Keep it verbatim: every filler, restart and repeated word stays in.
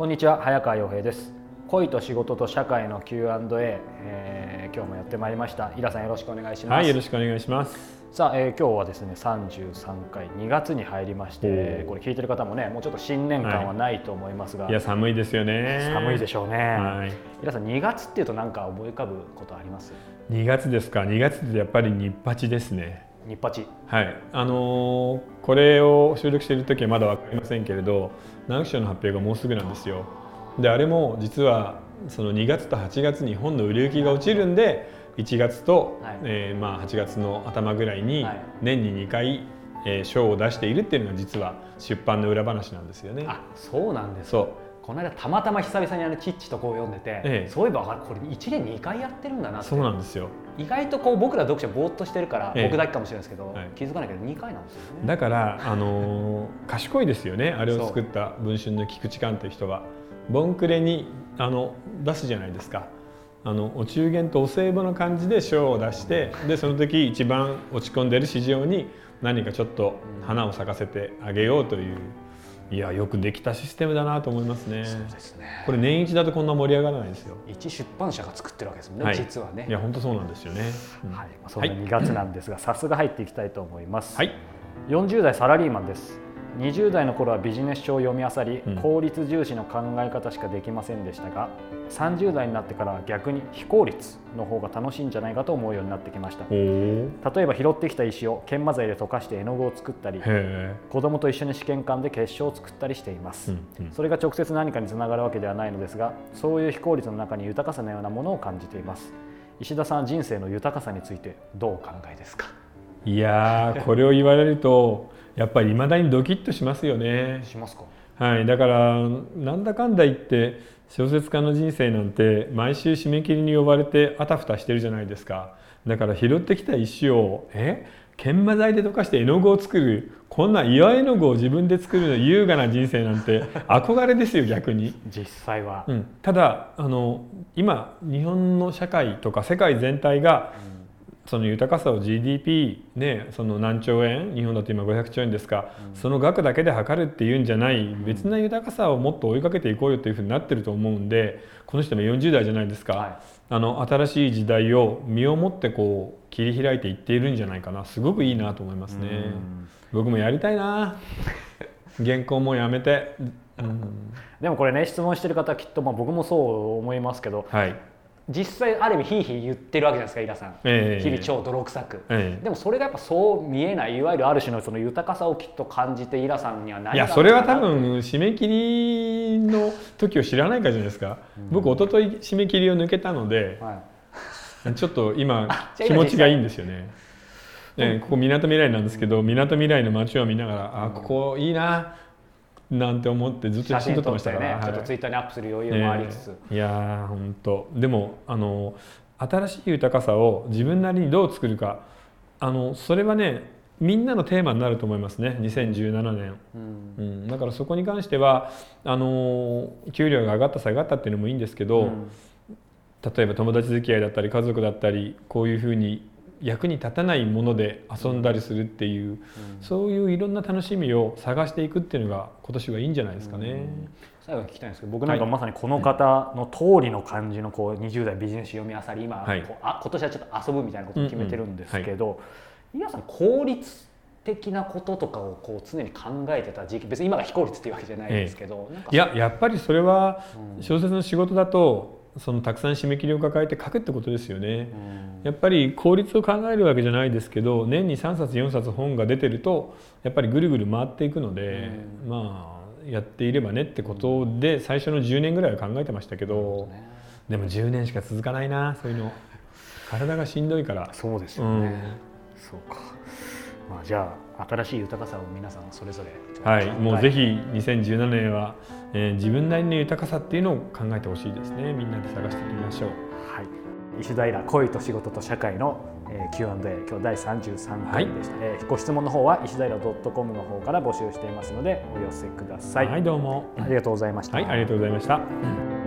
こんにちは、早川洋平です。恋と仕事と社会の キューアンドエー、えー、今日もやってまいりました。イラさんよろしくお願いします。 はい、よろしくお願いします。 さあ、えー、今日はですねさんじゅうさんかいにがつに入りまして、これ聞いてる方もねもうちょっと新年感はないと思いますが、 はい、いや寒いですよね。 寒いでしょうね。 はい、 イラさんにがつっていうと何か思い浮かぶことあります？ にがつですか。にがつってやっぱり日八ですね。 日八。 はい、あのー、これを収録している時はまだ分かりませんけれど、直木賞の発表がもうすぐなんですよ。であれも実はそのにがつとはちがつに本の売れ行きが落ちるんで、いちがつと、はい、えー、まあはちがつの頭ぐらいに年ににかい、えー、賞を出しているっていうのが実は出版の裏話なんですよね。 あ、そうなんです。そう、この間たまたま久々にあのチッチとこう読んでて、ええ、そういえばこれいちねんにかいやってるんだなって。 そうなんですよ。 意外とこう僕ら読者ぼーっとしてるから、ええ、僕だけかもしれないですけど、はい、気づかないけどにかいなんですよね。 だからあのー、賢いですよね。あれを作った文春の菊池寛という人はボンクレにあの出すじゃないですか。あのお中元とお歳暮の感じで賞を出して、でその時一番落ち込んでる市場に何かちょっと花を咲かせてあげようという、いやよくできたシステムだなと思いますね。 そうですね。これ年一だとこんな盛り上がらないですよ。 一出版社が作ってるわけですもんね、はい、実はね。 いや本当そうなんですよね。 うん、はい、そんなにがつなんですが、早速入っていきたいと思います。 はい。 よんじゅうだいサラリーマンです。にじゅうだいの頃はビジネス書を読み漁り、うん、効率重視の考え方しかできませんでしたが、さんじゅうだいになってからは逆に非効率の方が楽しいんじゃないかと思うようになってきました。例えば拾ってきた石を研磨剤で溶かして絵の具を作ったり、子供と一緒に試験管で結晶を作ったりしています、うんうん、それが直接何かにつながるわけではないのですが、そういう非効率の中に豊かさのようなものを感じています。石田さんは人生の豊かさについてどうお考えですか？ いやーこれを言われるとやっぱり未だにドキッとしますよね。 しますか？ はい、だからなんだかんだ言って小説家の人生なんて毎週締め切りに呼ばれてあたふたしてるじゃないですか。だから拾ってきた石をえ研磨剤で溶かして絵の具を作る、こんな岩絵の具を自分で作るの優雅な人生なんて憧れですよ逆に。 実際は、 うん、ただあの今日本の社会とか世界全体が、うん、その豊かさを ジーディーピー、ね、その何兆円、日本だと今ごひゃくちょうえんですか、うん、その額だけで測るっていうんじゃない別な豊かさをもっと追いかけていこうよというふうになってると思うんで、この人もよんじゅうだいじゃないですか、はい、あの新しい時代を身をもってこう切り開いていっているんじゃないかな。すごくいいなと思いますね。僕もやりたいな原稿もやめて、うん、 でもこれね質問してる方はきっと、まあ、僕もそう思いますけど、はい、実際ある意味ヒーヒー言ってるわけじゃないですか、イラさん、えー、日々超泥臭く、えー、でもそれがやっぱそう見えない、いわゆるある種のその豊かさをきっと感じてイラさんにはないかな。 いやそれは多分締め切りの時を知らないからじゃないですか、うん、僕一昨日締め切りを抜けたので、はい、ちょっと今気持ちがいいんですよね。えー、ここみなとみらいなんですけど、みなとみらいの街を見ながら、うん、あここいいななんて思ってずっと写真撮ってましたから、 ね、ちょっとツイッターにアップする余裕もありつつ、 えー、いやー本当でもあの新しい豊かさを自分なりにどう作るか、あのそれはねみんなのテーマになると思いますね、にせんじゅうななねん、うんうん、だからそこに関してはあの給料が上がった下がったっていうのもいいんですけど、うん、例えば友達付き合いだったり家族だったりこういうふうに役に立たないもので遊んだりするっていう、うん、そういういろんな楽しみを探していくっていうのが今年はいいんじゃないですかね。うん、 最後に聞きたいんですけど、僕なんかまさにこの方の通りの感じのこうにじゅうだいビジネス読み漁り、今、はい、こうあ今年はちょっと遊ぶみたいなことを決めてるんですけど、皆さん効率的なこととかをこう常に考えてた時期、別に今が非効率っていうわけじゃないですけど、ええ、なんかいややっぱりそれは小説の仕事だと、そのたくさん締め切りを抱えて書くってことですよね。やっぱり効率を考えるわけじゃないですけど、年にさんさつよんさつ本が出てるとやっぱりぐるぐる回っていくので、まあやっていればねってことで最初のじゅうねんぐらいは考えてましたけど、でもじゅうねんしか続かないな、そういうの体がしんどいから。 そうですよね、うん、そうか、まあ、じゃあ新しい豊かさを皆さんそれぞれはい、もうぜひにせんじゅうななねんは、えー、自分なりの豊かさっていうのを考えてほしいですね。みんなで探していきましょう。 はい、石田イラ恋と仕事と社会の、えー、キューアンドエー、今日だいさんじゅうさんかいでした、はい、えー、ご質問の方は石田イラ ドットコム の方から募集していますのでお寄せください。 はい、どうもありがとうございました。 はい、ありがとうございました。